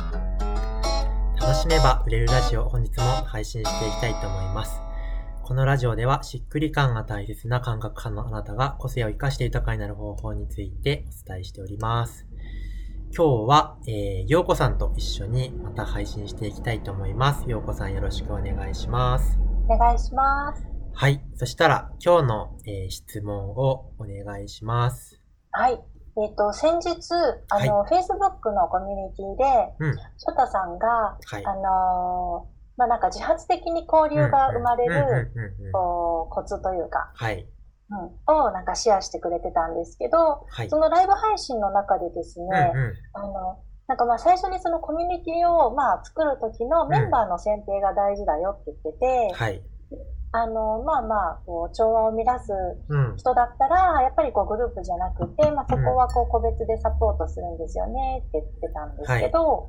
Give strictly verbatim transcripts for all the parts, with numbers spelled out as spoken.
楽しめば売れるラジオ、本日も配信していきたいと思います。このラジオではしっくり感が大切な感覚派のあなたが個性を生かして豊かになる方法についてお伝えしております。今日は、えー、ようこさんと一緒にまた配信していきたいと思います。ようこさんよろしくお願いします。 お願いします。 はい。そしたら今日の、えー、質問をお願いします。 はい。えっ、ー、と、先日、あの、はい、Facebook のコミュニティで、うん、ショタさんが、はい、あのー、まあ、なんか自発的に交流が生まれる、コツというか、はい。うん、をなんかシェアしてくれてたんですけど、はい、そのライブ配信の中でですね、うんうん、あの、なんかまあ最初にそのコミュニティをまあ作る時のメンバーの選定が大事だよって言ってて、うん、はい。あの、まあまあ、こう、調和を乱す人だったら、うん、やっぱりこうグループじゃなくて、まあそこはこう個別でサポートするんですよねって言ってたんですけど、はい、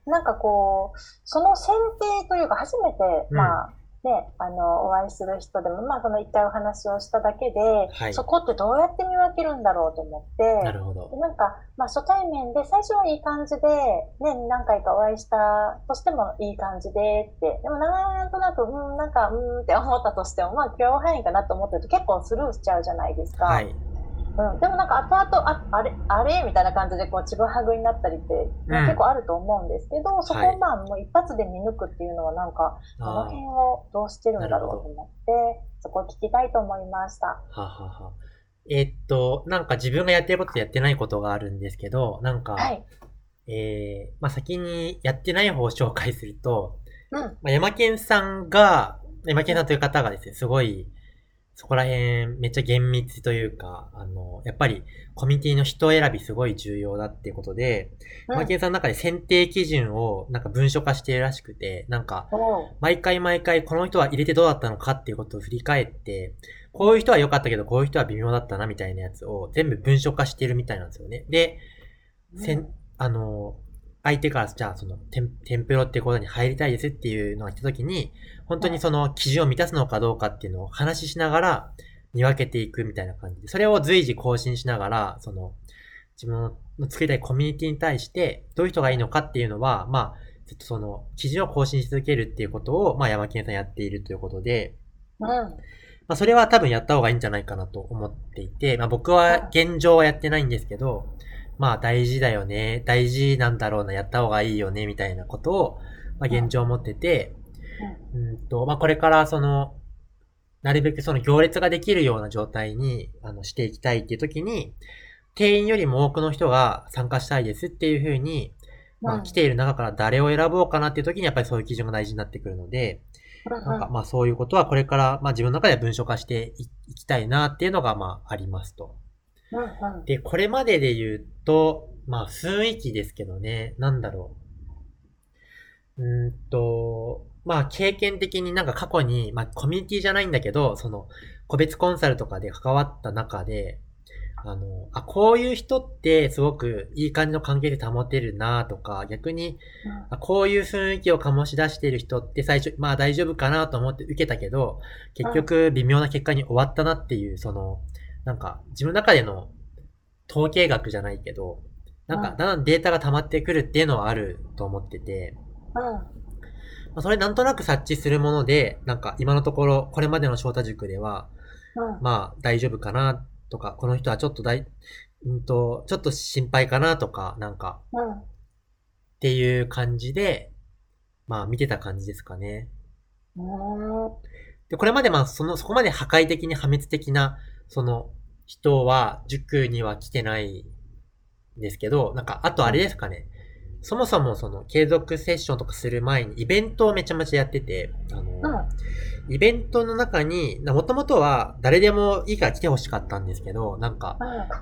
なんかこう、その選定というか初めて、まあ、ね、あの、お会いする人でも、まあその一回お話をしただけで、はい、そこってどうやって見分けるんだろうと思って、なるほど。なんか、まあ初対面で最初はいい感じで、年に何回かお会いしたとしてもいい感じでって、でもなんとなく、うん、なんか、うんって思ったとしても、まあ許容範囲かなと思ってると結構スルーしちゃうじゃないですか。はい。うん、でもなんか後々、あ、あれ、あれみたいな感じでこうちぐはぐになったりって、うん、結構あると思うんですけど、そこをまあもう一発で見抜くっていうのはなんか、この辺をどうしてるんだろうと思って、そこを聞きたいと思いました。ははは。えー、っと、なんか自分がやってることとやってないことがあるんですけど、なんか、はい、えー、まあ先にやってない方を紹介すると、うん、まあ、山健さんが、山健さんという方がですね、すごい、そこら辺めっちゃ厳密というか、あの、やっぱりコミュニティの人選びすごい重要だっていうことで、うん、マーケンさんの中で選定基準をなんか文書化しているらしくて、なんか、毎回毎回この人は入れてどうだったのかっていうことを振り返って、こういう人は良かったけどこういう人は微妙だったなみたいなやつを全部文書化してるみたいなんですよね。で、せん、あの、相手からじゃあそのテン、テンプロっていうことに入りたいですっていうのが来た時に、本当にその基準を満たすのかどうかっていうのを話ししながら見分けていくみたいな感じで、それを随時更新しながら、その、自分の作りたいコミュニティに対して、どういう人がいいのかっていうのは、まあ、ちょっとその、基準を更新し続けるっていうことを、まあ、山健さんやっているということで、うん。まあ、それは多分やった方がいいんじゃないかなと思っていて、まあ、僕は現状はやってないんですけど、まあ大事だよね、大事なんだろうな、やった方がいいよね、みたいなことを、まあ現状を持ってて、うんと、まあこれからその、なるべくその行列ができるような状態に、あの、していきたいっていう時に、定員よりも多くの人が参加したいですっていう風に、まあ来ている中から誰を選ぼうかなっていう時にやっぱりそういう基準が大事になってくるので、なんかまあそういうことはこれからまあ自分の中で文章化していきたいなっていうのがまあありますと。で、これまでで言うと、まあ雰囲気ですけどね、なんだろう。うーんと、まあ経験的になんか過去に、まあコミュニティじゃないんだけど、その個別コンサルとかで関わった中で、あの、あ、こういう人ってすごくいい感じの関係で保てるなとか、逆に、うん、あ、こういう雰囲気を醸し出している人って最初、まあ大丈夫かなと思って受けたけど、結局微妙な結果に終わったなっていう、その、なんか自分の中での統計学じゃないけど、なんか、だんだんデータが溜まってくるっていうのはあると思ってて、うん。まあ、それなんとなく察知するもので、なんか今のところ、これまでの翔太塾では、うん、まあ大丈夫かなとか、この人はちょっと大、うんと、ちょっと心配かなとか、なんか、うん、っていう感じで、まあ見てた感じですかね。うん、で、これまでまあその、そこまで破壊的に破滅的な、その、人は塾には来てないんですけど、なんか、あとあれですかね。そもそもその継続セッションとかする前にイベントをめちゃめちゃやってて、あの、うん、イベントの中に、もともとは誰でもいいから来てほしかったんですけど、なんか、うん、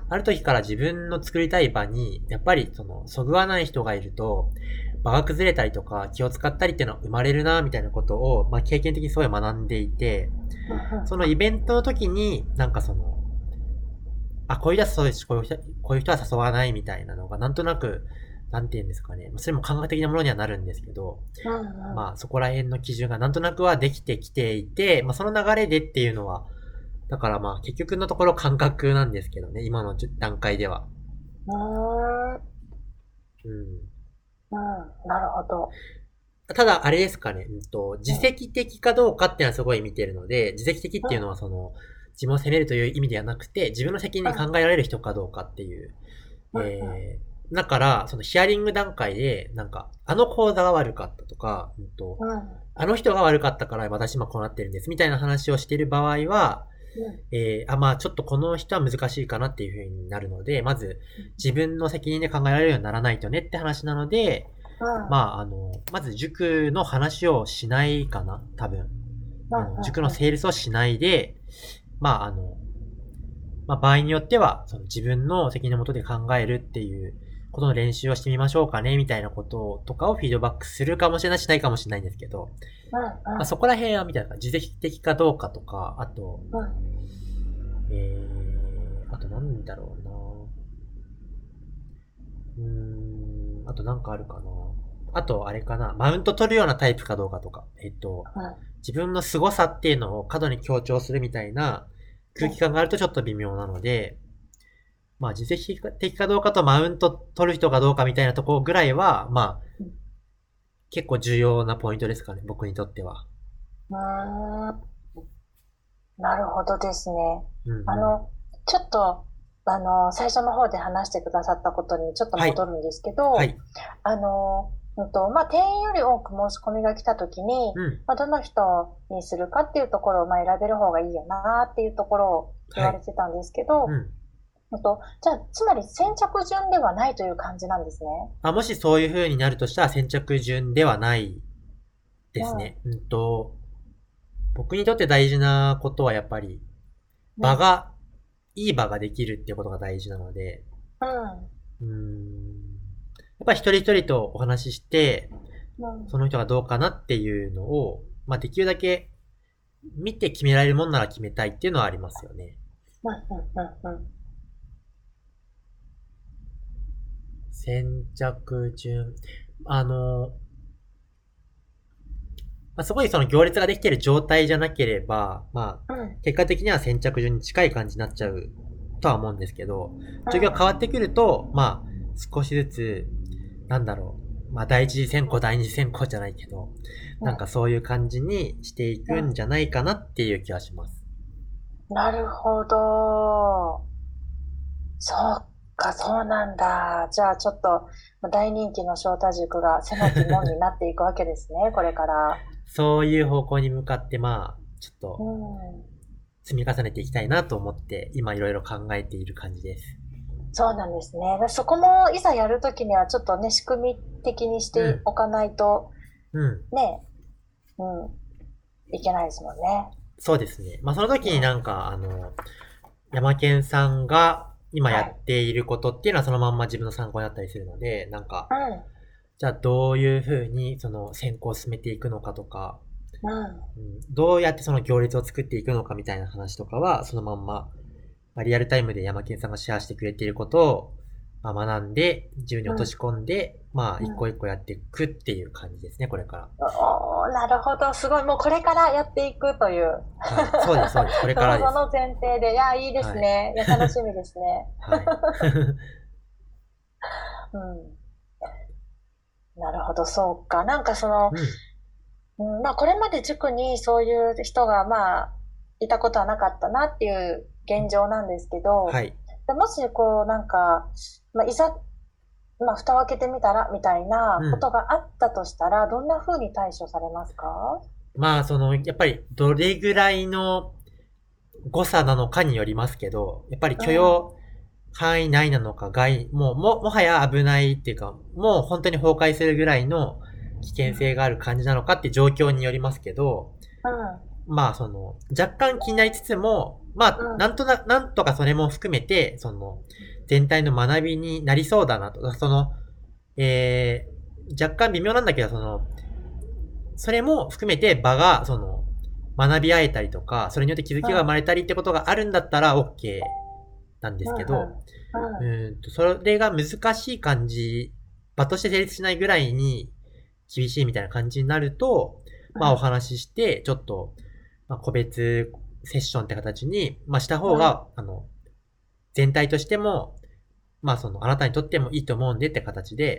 ある時から自分の作りたい場に、やっぱりその、そぐわない人がいると、場が崩れたりとか気を使ったりっていうのは生まれるな、みたいなことを、まあ経験的にすごい学んでいて、うん、そのイベントの時に、なんかその、あ、こういう人はそうですし、こういう人、こういう人は誘わないみたいなのが、なんとなく、なんて言うんですかね。それも感覚的なものにはなるんですけど、うんうん、まあそこら辺の基準がなんとなくはできてきていて、まあその流れでっていうのは、だからまあ結局のところ感覚なんですけどね、今の段階では。うん。 うん、なるほど。 ただ、あれですかね、うんと、自責的かどうかっていうのはすごい見てるので、自責的っていうのはその、自分を責めるという意味ではなくて、自分の責任に考えられる人かどうかっていう。えー、だから、そのヒアリング段階で、なんか、あの講座が悪かったとか、うんと、あの人が悪かったから私今こうなってるんです、みたいな話をしている場合は、えー、あ、まあちょっとこの人は難しいかなっていう風になるので、まず自分の責任で考えられるようにならないとねって話なので、うん、まあ、あの、まず塾の話をしないかな、多分。あの塾のセールスをしないで、まあ、あの、まあ、場合によっては、その自分の責任のもとで考えるっていうことの練習をしてみましょうかね、みたいなこととかをフィードバックするかもしれないしないかもしれないんですけど、まあ、そこら辺は、みたいな、自責的かどうかとか、あと、えー、あとなんだろうなうーん、あとなんかあるかなあと、あれかなマウント取るようなタイプかどうかとか。えっと、自分の凄さっていうのを過度に強調するみたいな空気感があるとちょっと微妙なので、まあ、自責的かどうかとマウント取る人かどうかみたいなところぐらいは、まあ、結構重要なポイントですかね、僕にとっては。 うーん。なるほどですね。うんうん、あの、ちょっと、あの、最初の方で話してくださったことにちょっと戻るんですけど、はいはい、あの、うんと、まあ、定員より多く申し込みが来た時に、うん、まあ、どの人にするかっていうところを、まあ、選べる方がいいよなっていうところを言われてたんですけど、はい、うんと、じゃあ、つまり先着順ではないという感じなんですね。 あ、もしそういう風になるとしたら先着順ではないですね。うん、うんと、僕にとって大事なことはやっぱり、場が、うん、いい場ができるっていうことが大事なので、うん。うーん。やっぱり一人一人とお話しして、うん、その人がどうかなっていうのを、まあ、できるだけ見て決められるもんなら決めたいっていうのはありますよね。うんうんうんうん、先着順。あの、まあ、すごいその行列ができている状態じゃなければ、まあ、うん、結果的には先着順に近い感じになっちゃうとは思うんですけど、状況が変わってくると、まあ、少しずつ、なんだろう、まあ、第一次選考、第二次選考じゃないけど、なんかそういう感じにしていくんじゃないかなっていう気はします。 なるほど。そうか、そうなんだ。じゃあちょっと大人気の翔太塾が狭き門になっていくわけですね、これから。 そういう方向に向かって、まあ、ちょっと、積み重ねていきたいなと思って、今いろいろ考えている感じです。 そうなんですね。そこもいざやるときにはちょっとね、仕組み的にしておかないと、うん、ね、うん、いけないですもんね。 そうですね。まあその時になんか、うん、あの、山健さんが今やっていることっていうのはそのまんま自分の参考になったりするので、なんか、うん、じゃあどういうふうにその選考を進めていくのかとか、うん、どうやってその行列を作っていくのかみたいな話とかは、そのまんま、まあ、リアルタイムで山健さんがシェアしてくれていることを、まあ、学んで、自分に落とし込んで、うん、まあ、一個一個やっていくっていう感じですね、これから。 おー、なるほど。すごい。もうこれからやっていくという。 はい、そうです、そうです。これからです。 その前提で。いや、いいですね。はい、いや、楽しみですね。はい。うん。なるほど、そうか。なんかその、うんうん、まあこれまで塾にそういう人がまあいたことはなかったなっていう現状なんですけど、はい、もしこうなんか、まあ、いざ、まあ蓋を開けてみたらみたいなことがあったとしたら、うん、どんな風に対処されますか？ まあその、やっぱりどれぐらいの誤差なのかによりますけど、やっぱり許容範囲内なのか外、もう、も、もはや危ないっていうか、もう本当に崩壊するぐらいの危険性がある感じなのかって状況によりますけど、うん、まあその、若干気になりつつも、まあ、なんとな、なんとかそれも含めて、その、全体の学びになりそうだなと、その、えー、若干微妙なんだけど、その、それも含めて場が、その、学び合えたりとか、それによって気づきが生まれたりってことがあるんだったら OK なんですけど、うんと、それが難しい感じ、場として成立しないぐらいに厳しいみたいな感じになると、まあお話しして、ちょっと、まあ、個別セッションって形に、まあした方が、あの、全体としても、まあその、あなたにとってもいいと思うんでって形で、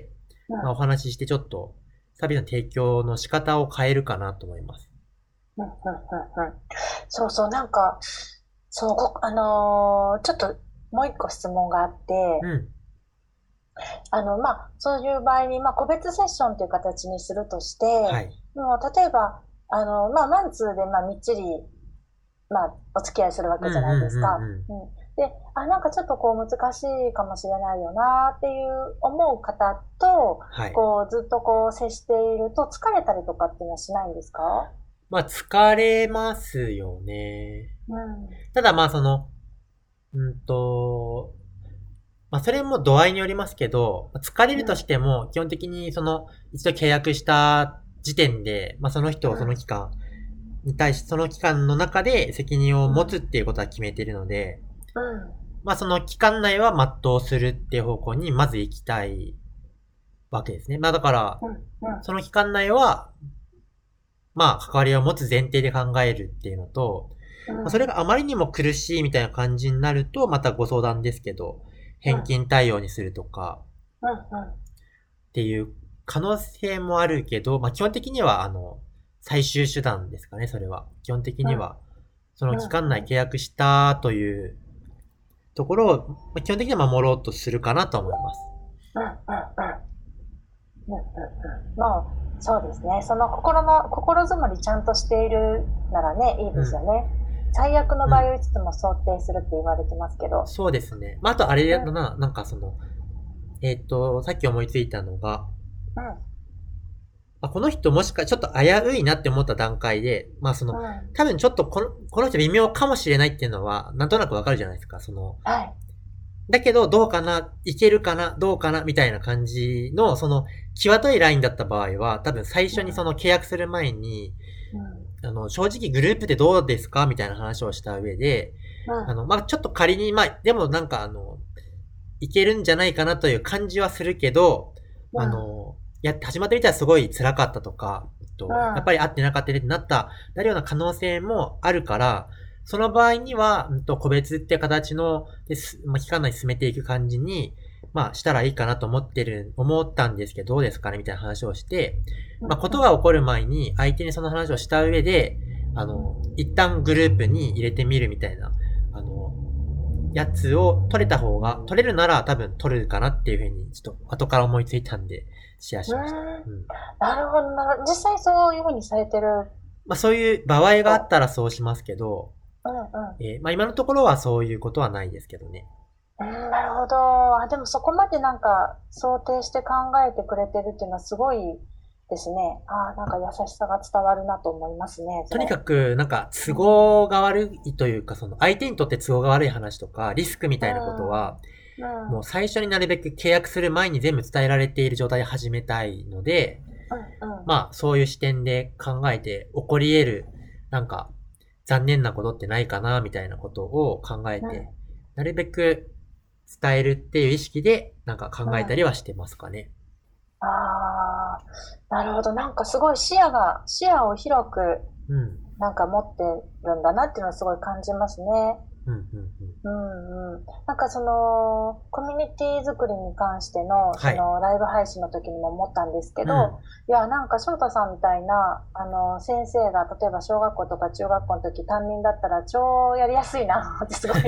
まあ、お話ししてちょっとサービスの提供の仕方を変えるかなと思います。 うんうんうんうん、そうそう、なんか、そう、あのー、ちょっともう一個質問があって、うん、あの、まあ、そういう場合に、まあ、個別セッションという形にするとして、はい、もう例えば、あの、まあ、マンツーで、まあ、みっちり、まあ、お付き合いするわけじゃないですか。で、あ、なんかちょっとこう難しいかもしれないよなっていう思う方と、はい、こうずっとこう接していると疲れたりとかっていうのはしないんですか？ まあ疲れますよね。うん、ただまあその、うんと、まあそれも度合いによりますけど、疲れるとしても基本的にその一度契約した時点で、まあその人をその期間に対し、その期間の中で責任を持つっていうことは決めているので、うん、まあその期間内は全うするっていう方向にまず行きたいわけですね。まあだから、その期間内は、まあ関わりを持つ前提で考えるっていうのと、まあ、それがあまりにも苦しいみたいな感じになると、またご相談ですけど、返金対応にするとか、っていう可能性もあるけど、まあ基本的にはあの、最終手段ですかね、それは。基本的には、その期間内契約したというところを、基本的には守ろうとするかなと思います。 うんうんうん。うんうんうん。まあ、そうですね。その心の、心づもりちゃんとしているならね、いいですよね。うん、最悪の場合をいつも想定するって言われてますけど。うん、 そうですね。まあ、あとあれだな、うん、なんかその、えっと、さっき思いついたのが、うん。あ、この人もしかちょっと危ういなって思った段階で、まあその、うん、多分ちょっとこの、この人微妙かもしれないっていうのは、なんとなくわかるじゃないですか、その。はい。だけど、どうかないけるかなどうかなみたいな感じの、その、際どいラインだった場合は、多分最初にその契約する前に、うん、あの、正直グループでどうですかみたいな話をした上で、うん、あの、まあちょっと仮に、まあでもなんかあの、いけるんじゃないかなという感じはするけど、うん、あの、やって始まってみたらすごい辛かったとか、えっと、うん、やっぱり合ってなかったねってなった、なるような可能性もあるから、その場合には、うんと、個別って形の、です、まあ、期間内に進めていく感じに、まあ、したらいいかなと思ってる、思ったんですけど、どうですかねみたいな話をして、まあ、ことが起こる前に、相手にその話をした上で、あの、一旦グループに入れてみるみたいな、あの、やつを取れた方が、取れるなら多分取れるかなっていうふうに、ちょっと後から思いついたんで、シェアしました。うん、 なるほどな。実際そういうふうにされてる。 まあそういう場合があったらそうしますけど、うんうん。えー、まあ今のところはそういうことはないですけどね。 うん、なるほど。あ、でもそこまでなんか想定して考えてくれてるっていうのはすごいですね。あ、なんか優しさが伝わるなと思いますね。 とにかく、なんか都合が悪いというか、その相手にとって都合が悪い話とか、リスクみたいなことは、うんうん、もう最初になるべく契約する前に全部伝えられている状態で始めたいので、うんうん、まあそういう視点で考えて起こり得る、なんか残念なことってないかな、みたいなことを考えて、うん、なるべく伝えるっていう意識で、なんか考えたりはしてますかね。 うん、ああ、なるほど。なんかすごい視野が、視野を広く、なんか持ってるんだなっていうのはすごい感じますね。うんうんうんうん、なんかそのコミュニティ作りに関してのそのライブ配信の時にも思ったんですけど、はい、いやなんか翔太さんみたいなあの先生が例えば小学校とか中学校の時担任だったら超やりやすいなってすごい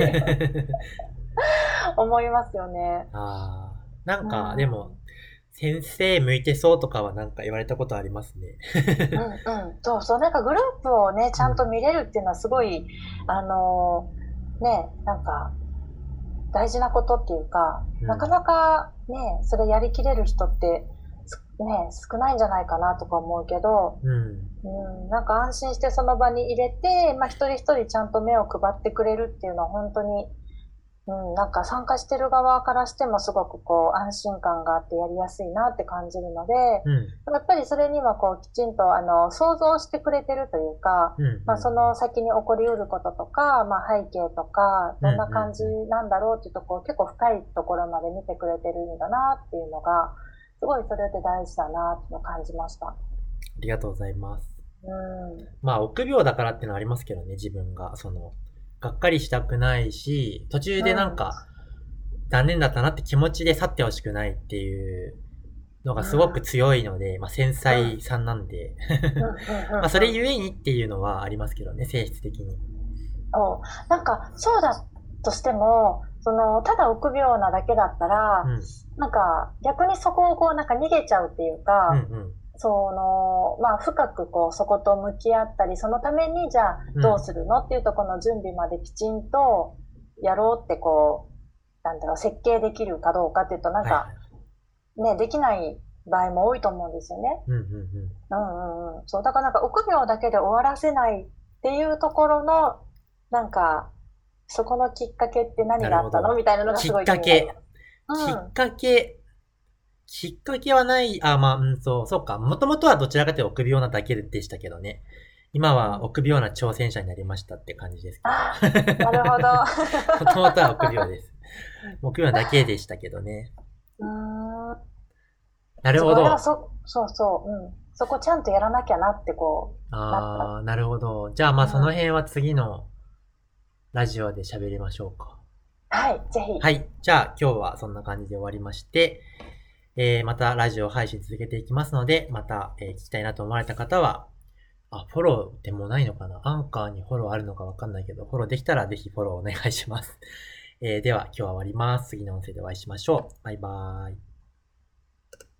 思いますよね。 ああ、なんか、うん、でも先生向いてそうとかはなんか言われたことありますね。 うんうん、そうそう、なんかグループをねちゃんと見れるっていうのはすごい、うん、あのねなんか大事なことっていうか、うん、なかなかねそれやりきれる人ってね少ないんじゃないかなとか思うけど、うんうん、なんか安心してその場に入れて、まあ、一人一人ちゃんと目を配ってくれるっていうのは本当にうん、なんか参加してる側からしてもすごくこう安心感があってやりやすいなって感じるので、うん、やっぱりそれにはこうきちんとあの想像してくれてるというか、うんうん、まあ、その先に起こりうることとか、まあ、背景とかどんな感じなんだろうっていうところ、結構深いところまで見てくれてるんだなっていうのがすごいそれって大事だなっていうのを感じました。 ありがとうございます。うん、まあ臆病だからっていうのはありますけどね、自分がそのがっかりしたくないし、途中でなんか、残念だったなって気持ちで去ってほしくないっていうのがすごく強いので、まあ、繊細さんなんで、まあ、それゆえにっていうのはありますけどね、性質的に。 おなんか、そうだとしても、その、ただ臆病なだけだったら、うん、なんか、逆にそこをこう、なんか逃げちゃうっていうか、うんうん、その、まあ、深くこう、そこと向き合ったり、そのために、じゃあ、どうするの、うん、っていうところの準備まできちんとやろうってこう、なんだろう、設計できるかどうかっていうと、なんか、はいはい、ね、できない場合も多いと思うんですよね。うんうんうん。うんうんうん。そう、だからなんか、臆病だけで終わらせないっていうところの、なんか、そこのきっかけって何があったのみたいなのがすごい気になる。 きっかけ。うん、きっかけ。きっかけはない、あ、まあ、うん、そう、そうか。もともとはどちらかというと臆病なだけでしたけどね。今は臆病な挑戦者になりましたって感じですけど。なるほど。 もともとは臆病です。臆病なだけでしたけどね。 うーん。 なるほど。 そ、そうそう、うん。そこちゃんとやらなきゃなってこう。ああ、なるほど。じゃあまあその辺は次のラジオで喋りましょうか。 はい、ぜひ。 はい。じゃあ今日はそんな感じで終わりまして、えー、またラジオ配信続けていきますので、また、えー、聞きたいなと思われた方は、あ、フォローでもないのかな？アンカーにフォローあるのかわかんないけど、フォローできたらぜひフォローお願いします。えー、では今日は終わります。次の音声でお会いしましょう。バイバーイ。